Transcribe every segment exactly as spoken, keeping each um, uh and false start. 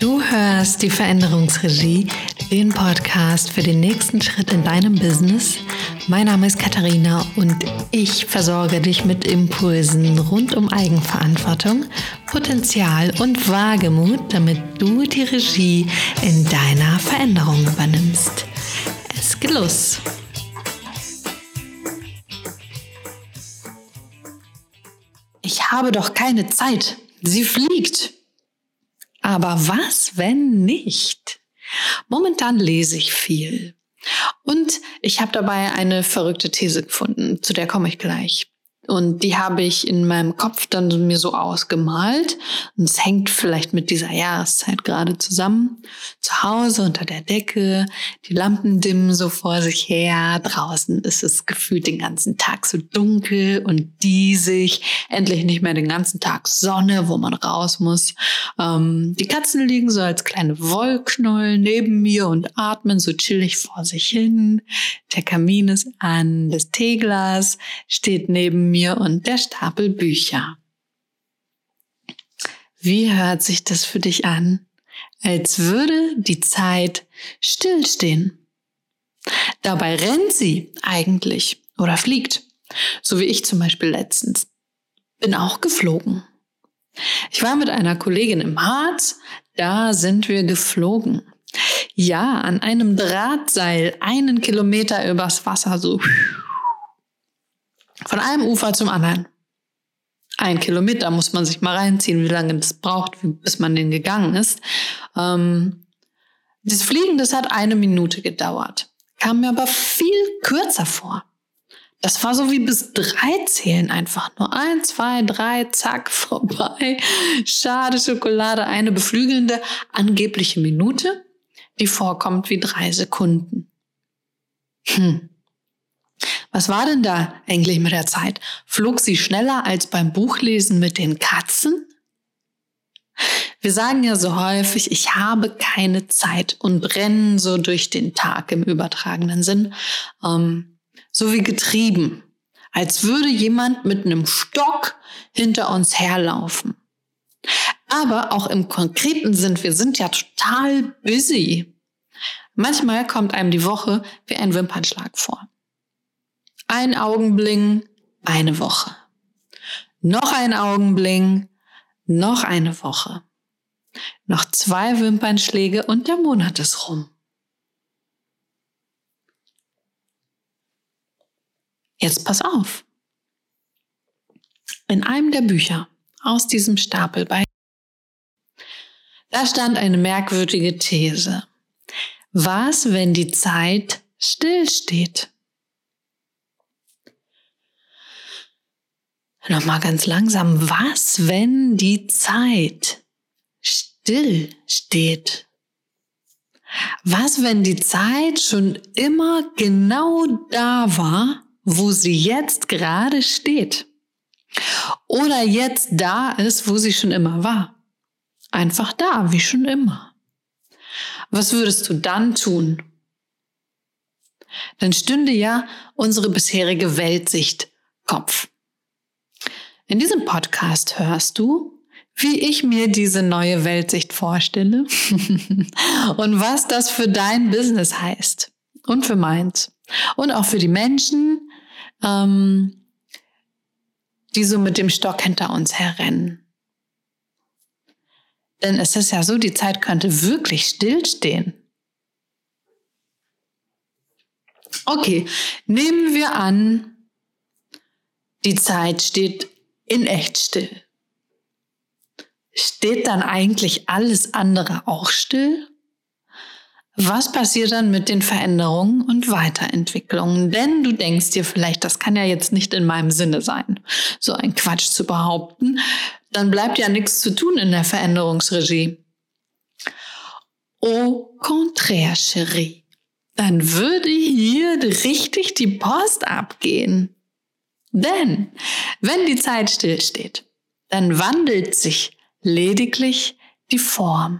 Du hörst die Veränderungsregie, den Podcast für den nächsten Schritt in deinem Business. Mein Name ist Katharina und ich versorge dich mit Impulsen rund um Eigenverantwortung, Potenzial und Wagemut, damit du die Regie in deiner Veränderung übernimmst. Es geht los! Ich habe doch keine Zeit. Sie fliegt. Aber was, wenn nicht? Momentan lese ich viel. Und ich habe dabei eine verrückte These gefunden, zu der komme ich gleich. Und die habe ich in meinem Kopf dann mir so ausgemalt. Und es hängt vielleicht mit dieser Jahreszeit gerade zusammen. Zu Hause unter der Decke, die Lampen dimmen so vor sich her. Draußen ist es gefühlt den ganzen Tag so dunkel und diesig. Endlich nicht mehr den ganzen Tag Sonne, wo man raus muss. Ähm, die Katzen liegen so als kleine Wollknäuel neben mir und atmen so chillig vor sich hin. Der Kamin ist an, das Teeglas steht neben mir. Mir und der Stapel Bücher. Wie hört sich das für dich an? Als würde die Zeit stillstehen. Dabei rennt sie eigentlich oder fliegt, so wie ich zum Beispiel letztens. Bin auch geflogen. Ich war mit einer Kollegin im Harz, da sind wir geflogen. Ja, an einem Drahtseil einen Kilometer übers Wasser, so von einem Ufer zum anderen. Ein Kilometer muss man sich mal reinziehen, wie lange das braucht, bis man den gegangen ist. Ähm, das Fliegen, das hat eine Minute gedauert. Kam mir aber viel kürzer vor. Das war so wie bis drei zählen einfach. Nur ein, zwei, drei, zack, vorbei. Schade Schokolade, eine beflügelnde, angebliche Minute, die vorkommt wie drei Sekunden. Hm. Was war denn da eigentlich mit der Zeit? Flog sie schneller als beim Buchlesen mit den Katzen? Wir sagen ja so häufig, ich habe keine Zeit und rennen so durch den Tag im übertragenen Sinn, ähm, so wie getrieben, als würde jemand mit einem Stock hinter uns herlaufen. Aber auch im konkreten Sinn, wir sind ja total busy. Manchmal kommt einem die Woche wie ein Wimpernschlag vor. Ein Augenblick, eine Woche. Noch ein Augenblick, noch eine Woche. Noch zwei Wimpernschläge und der Monat ist rum. Jetzt pass auf. In einem der Bücher aus diesem Stapel bei, da stand eine merkwürdige These. Was, wenn die Zeit stillsteht? Nochmal ganz langsam. Was, wenn die Zeit still steht? Was, wenn die Zeit schon immer genau da war, wo sie jetzt gerade steht? Oder jetzt da ist, wo sie schon immer war? Einfach da, wie schon immer. Was würdest du dann tun? Dann stünde ja unsere bisherige Weltsicht Kopf. In diesem Podcast hörst du, wie ich mir diese neue Weltsicht vorstelle und was das für dein Business heißt und für meins und auch für die Menschen, ähm, die so mit dem Stock hinter uns herrennen. Denn es ist ja so, die Zeit könnte wirklich stillstehen. Okay, nehmen wir an, die Zeit steht in echt still. Steht dann eigentlich alles andere auch still? Was passiert dann mit den Veränderungen und Weiterentwicklungen? Denn du denkst dir vielleicht, das kann ja jetzt nicht in meinem Sinne sein, so ein Quatsch zu behaupten. Dann bleibt ja nichts zu tun in der Veränderungsregie. Au contraire, chérie. Dann würde hier richtig die Post abgehen. Denn wenn die Zeit stillsteht, dann wandelt sich lediglich die Form.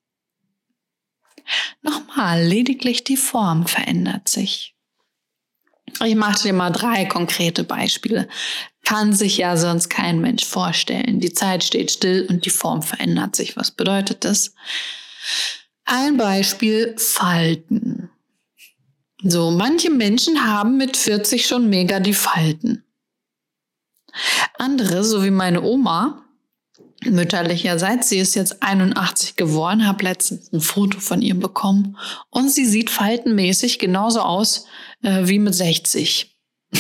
Nochmal, lediglich die Form verändert sich. Ich mache dir mal drei konkrete Beispiele. Kann sich ja sonst kein Mensch vorstellen. Die Zeit steht still und die Form verändert sich. Was bedeutet das? Ein Beispiel: Falten. So, manche Menschen haben mit vierzig schon mega die Falten. Andere, so wie meine Oma, mütterlicherseits, sie ist jetzt einundachtzig geworden, habe letztens ein Foto von ihr bekommen und sie sieht faltenmäßig genauso aus äh, wie mit sechzig.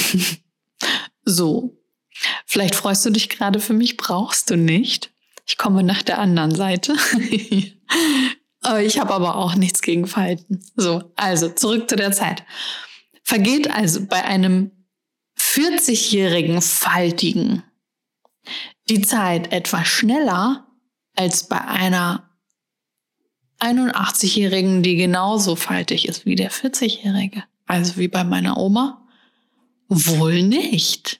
So, vielleicht freust du dich gerade für mich, brauchst du nicht. Ich komme nach der anderen Seite. Ich habe aber auch nichts gegen Falten. So, also zurück zu der Zeit. Vergeht also bei einem vierzigjährigen Faltigen die Zeit etwas schneller als bei einer einundachtzigjährigen, die genauso faltig ist wie der vierzigjährige. Also wie bei meiner Oma? Wohl nicht.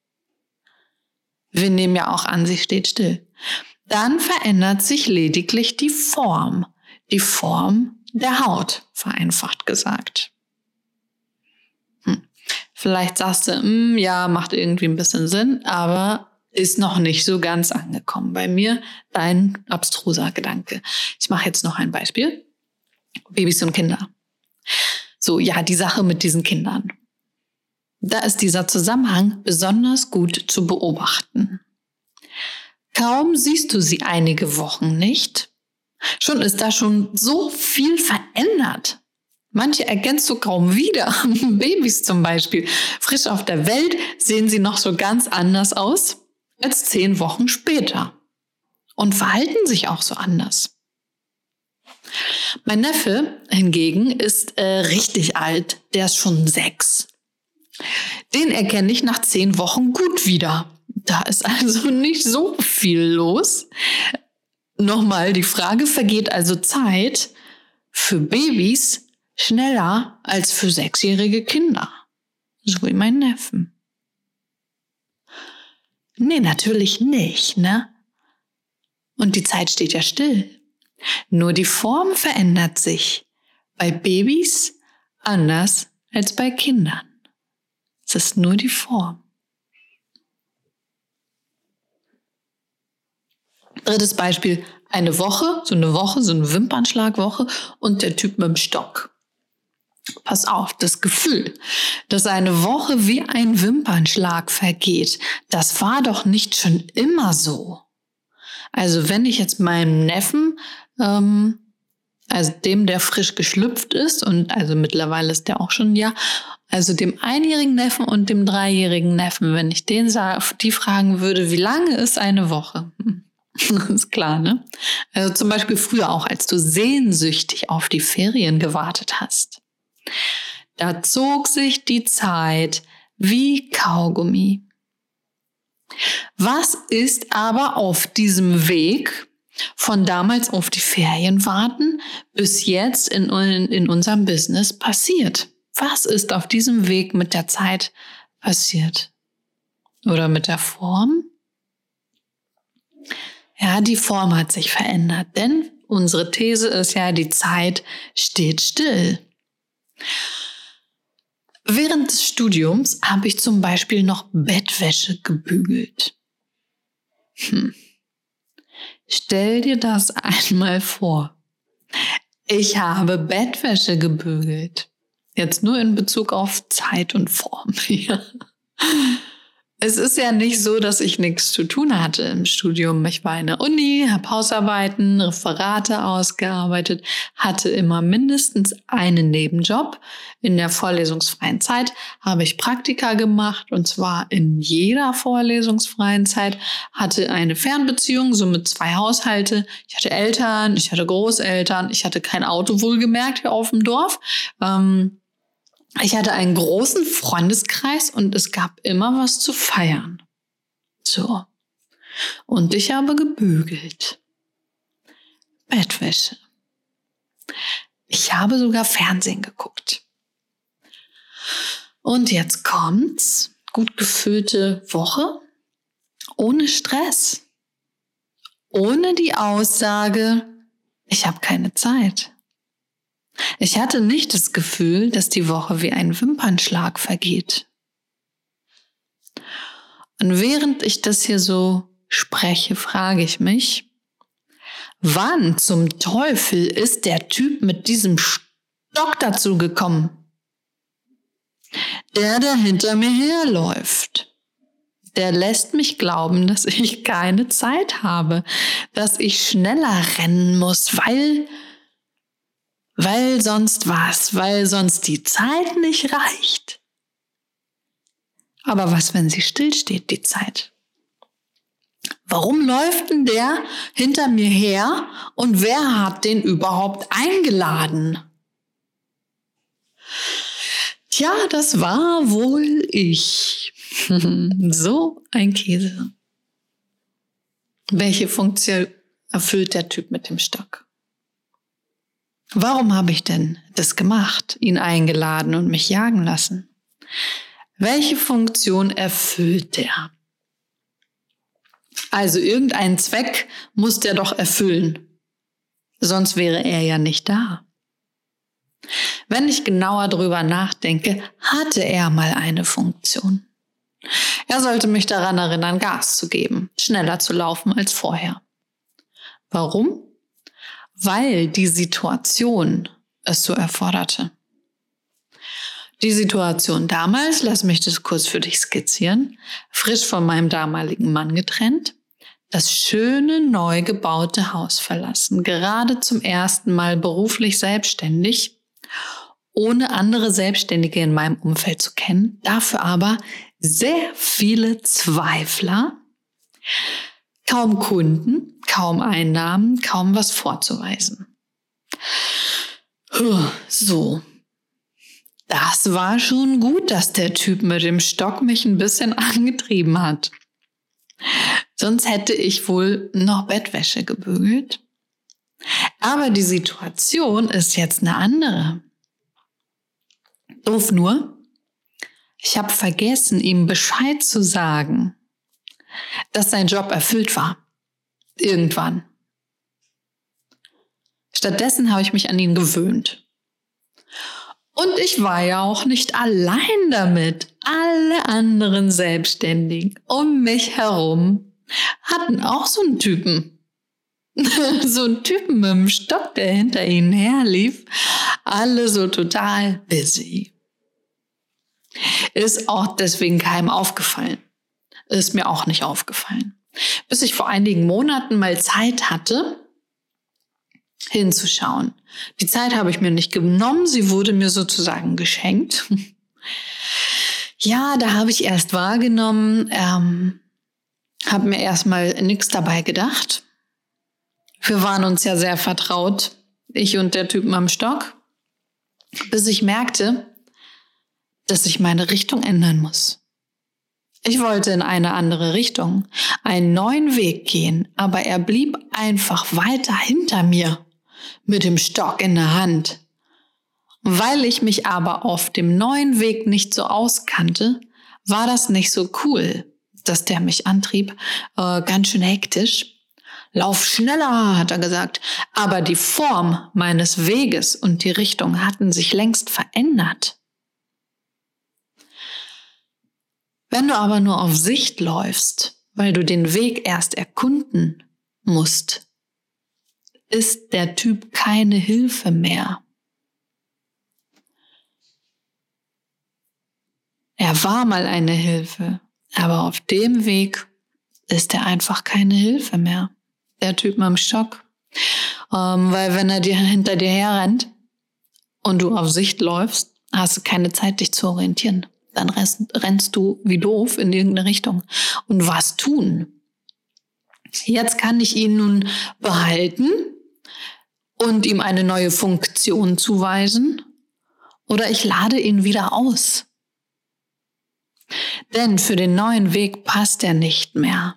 Wir nehmen ja auch an, sie steht still. Dann verändert sich lediglich die Form. Die Form der Haut, vereinfacht gesagt. Hm. Vielleicht sagst du, hm, ja, macht irgendwie ein bisschen Sinn, aber ist noch nicht so ganz angekommen bei mir. Dein abstruser Gedanke. Ich mache jetzt noch ein Beispiel. Babys und Kinder. So, ja, die Sache mit diesen Kindern. Da ist dieser Zusammenhang besonders gut zu beobachten. Kaum siehst du sie einige Wochen nicht, schon ist da schon so viel verändert. Manche erkennst du kaum wieder. Babys zum Beispiel. Frisch auf der Welt sehen sie noch so ganz anders aus als zehn Wochen später. Und verhalten sich auch so anders. Mein Neffe hingegen ist äh, richtig alt. Der ist schon sechs. Den erkenne ich nach zehn Wochen gut wieder. Da ist also nicht so viel los. Nochmal die Frage, vergeht also Zeit für Babys schneller als für sechsjährige Kinder? So wie mein Neffen. Nee, natürlich nicht, ne? Und die Zeit steht ja still. Nur die Form verändert sich. Bei Babys anders als bei Kindern. Es ist nur die Form. Drittes Beispiel, eine Woche, so eine Woche, so eine Wimpernschlagwoche und der Typ mit dem Stock. Pass auf, das Gefühl, dass eine Woche wie ein Wimpernschlag vergeht, das war doch nicht schon immer so. Also wenn ich jetzt meinem Neffen, ähm, also dem, der frisch geschlüpft ist, und also mittlerweile ist der auch schon ein Jahr, also dem einjährigen Neffen und dem dreijährigen Neffen, wenn ich den sag, die fragen würde, wie lange ist eine Woche? Hm. Ist klar, ne? Also zum Beispiel früher auch, als du sehnsüchtig auf die Ferien gewartet hast. Da zog sich die Zeit wie Kaugummi. Was ist aber auf diesem Weg von damals auf die Ferien warten bis jetzt in, in, in unserem Business passiert? Was ist auf diesem Weg mit der Zeit passiert? Oder mit der Form? Ja, die Form hat sich verändert, denn unsere These ist ja, die Zeit steht still. Während des Studiums habe ich zum Beispiel noch Bettwäsche gebügelt. Hm. Stell dir das einmal vor. Ich habe Bettwäsche gebügelt. Jetzt nur in Bezug auf Zeit und Form. Es ist ja nicht so, dass ich nichts zu tun hatte im Studium. Ich war in der Uni, habe Hausarbeiten, Referate ausgearbeitet, hatte immer mindestens einen Nebenjob. In der vorlesungsfreien Zeit habe ich Praktika gemacht, und zwar in jeder vorlesungsfreien Zeit, hatte eine Fernbeziehung, so mit zwei Haushalte. Ich hatte Eltern, ich hatte Großeltern, ich hatte kein Auto, wohlgemerkt, hier auf dem Dorf. Ähm, Ich hatte einen großen Freundeskreis und es gab immer was zu feiern. So. Und ich habe gebügelt. Bettwäsche. Ich habe sogar Fernsehen geguckt. Und jetzt kommt's. Gut gefüllte Woche. Ohne Stress. Ohne die Aussage, ich habe keine Zeit. Ich hatte nicht das Gefühl, dass die Woche wie ein Wimpernschlag vergeht. Und während ich das hier so spreche, frage ich mich, Wann zum Teufel ist der Typ mit diesem Stock dazu gekommen? Der, der hinter mir herläuft. Der lässt mich glauben, dass ich keine Zeit habe, dass ich schneller rennen muss, weil, weil sonst was, weil sonst die Zeit nicht reicht. Aber was, wenn sie stillsteht, die Zeit? Warum läuft denn der hinter mir her und wer hat den überhaupt eingeladen? Tja, das war wohl ich. So ein Käse. Welche Funktion erfüllt der Typ mit dem Stock? Warum habe ich denn das gemacht, ihn eingeladen und mich jagen lassen? Welche Funktion erfüllt der? Also irgendeinen Zweck muss der doch erfüllen. Sonst wäre er ja nicht da. Wenn ich genauer drüber nachdenke, hatte er mal eine Funktion. Er sollte mich daran erinnern, Gas zu geben, schneller zu laufen als vorher. Warum? Weil die Situation es so erforderte. Die Situation damals, lass mich das kurz für dich skizzieren, frisch von meinem damaligen Mann getrennt, das schöne, neu gebaute Haus verlassen, gerade zum ersten Mal beruflich selbstständig, ohne andere Selbstständige in meinem Umfeld zu kennen, dafür aber sehr viele Zweifler, kaum Kunden, kaum Einnahmen, kaum was vorzuweisen. So. Das war schon gut, dass der Typ mit dem Stock mich ein bisschen angetrieben hat. Sonst hätte ich wohl noch Bettwäsche gebügelt. Aber die Situation ist jetzt eine andere. Doof nur, ich habe vergessen, ihm Bescheid zu sagen, dass sein Job erfüllt war. Irgendwann. Stattdessen habe ich mich an ihn gewöhnt. Und ich war ja auch nicht allein damit. Alle anderen Selbstständigen um mich herum hatten auch so einen Typen. So einen Typen mit dem Stock, der hinter ihnen herlief. Alle so total busy. Ist auch deswegen keinem aufgefallen. Ist mir auch nicht aufgefallen. Bis ich vor einigen Monaten mal Zeit hatte, hinzuschauen. Die Zeit habe ich mir nicht genommen, sie wurde mir sozusagen geschenkt. Ja, da habe ich erst wahrgenommen, ähm, habe mir erstmal nichts dabei gedacht. Wir waren uns ja sehr vertraut, ich und der Typ am Stock, bis ich merkte, dass ich meine Richtung ändern muss. Ich wollte in eine andere Richtung, einen neuen Weg gehen, aber er blieb einfach weiter hinter mir. Mit dem Stock in der Hand. Weil ich mich aber auf dem neuen Weg nicht so auskannte, war das nicht so cool, dass der mich antrieb, äh, ganz schön hektisch. Lauf schneller, hat er gesagt, aber die Form meines Weges und die Richtung hatten sich längst verändert. Wenn du aber nur auf Sicht läufst, weil du den Weg erst erkunden musst, ist der Typ keine Hilfe mehr. Er war mal eine Hilfe, aber auf dem Weg ist er einfach keine Hilfe mehr. Der Typ mit dem Stock. Ähm, weil wenn er dir hinter dir herrennt und du auf Sicht läufst, hast du keine Zeit, dich zu orientieren. Dann rennst, rennst du wie doof in irgendeine Richtung. Und was tun? Jetzt kann ich ihn nun behalten und ihm eine neue Funktion zuweisen, oder ich lade ihn wieder aus. Denn für den neuen Weg passt er nicht mehr.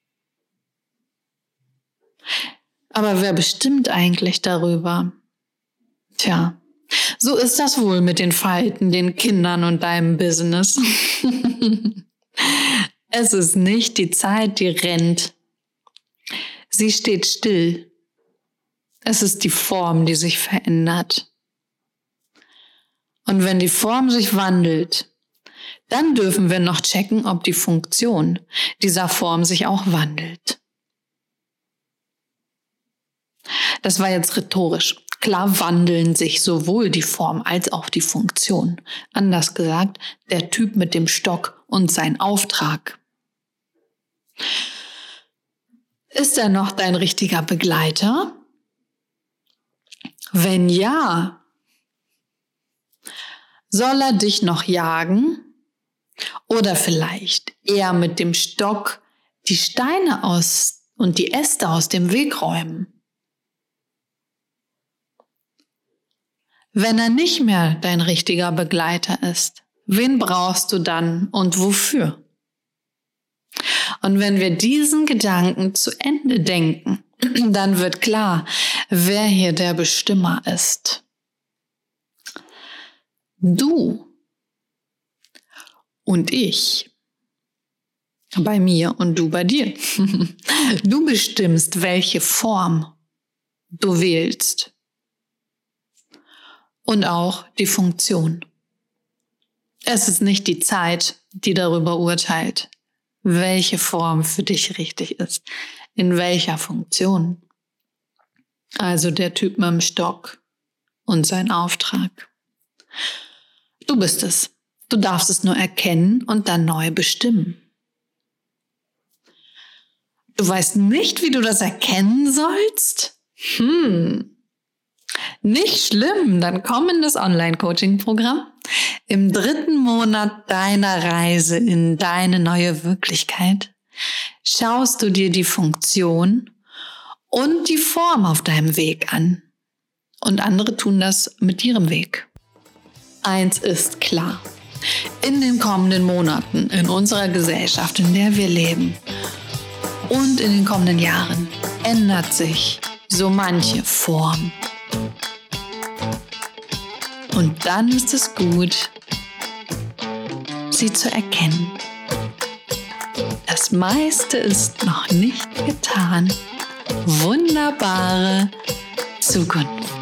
Aber wer bestimmt eigentlich darüber? Tja, so ist das wohl mit den Falten, den Kindern und deinem Business. Es ist nicht die Zeit, die rennt. Sie steht still. Es ist die Form, die sich verändert. Und wenn die Form sich wandelt, dann dürfen wir noch checken, ob die Funktion dieser Form sich auch wandelt. Das war jetzt rhetorisch. Klar wandeln sich sowohl die Form als auch die Funktion. Anders gesagt, der Typ mit dem Stock und sein Auftrag. Ist er noch dein richtiger Begleiter? Wenn ja, soll er dich noch jagen oder vielleicht eher mit dem Stock die Steine aus und die Äste aus dem Weg räumen? Wenn er nicht mehr dein richtiger Begleiter ist, wen brauchst du dann und wofür? Und wenn wir diesen Gedanken zu Ende denken, dann wird klar, wer hier der Bestimmer ist. Du und ich. Bei mir und du bei dir. Du bestimmst, welche Form du wählst. Und auch die Funktion. Es ist nicht die Zeit, die darüber urteilt, welche Form für dich richtig ist, in welcher Funktion. Also der Typ mit dem Stock und sein Auftrag. Du bist es. Du darfst es nur erkennen und dann neu bestimmen. Du weißt nicht, wie du das erkennen sollst? Hm. Nicht schlimm, dann komm in das Online-Coaching-Programm. Im dritten Monat deiner Reise in deine neue Wirklichkeit schaust du dir die Funktion und die Form auf deinem Weg an. Und andere tun das mit ihrem Weg. Eins ist klar. In den kommenden Monaten, in unserer Gesellschaft, in der wir leben und in den kommenden Jahren ändert sich so manche Form. Und dann ist es gut, sie zu erkennen. Das meiste ist noch nicht getan. Wunderbare Zukunft.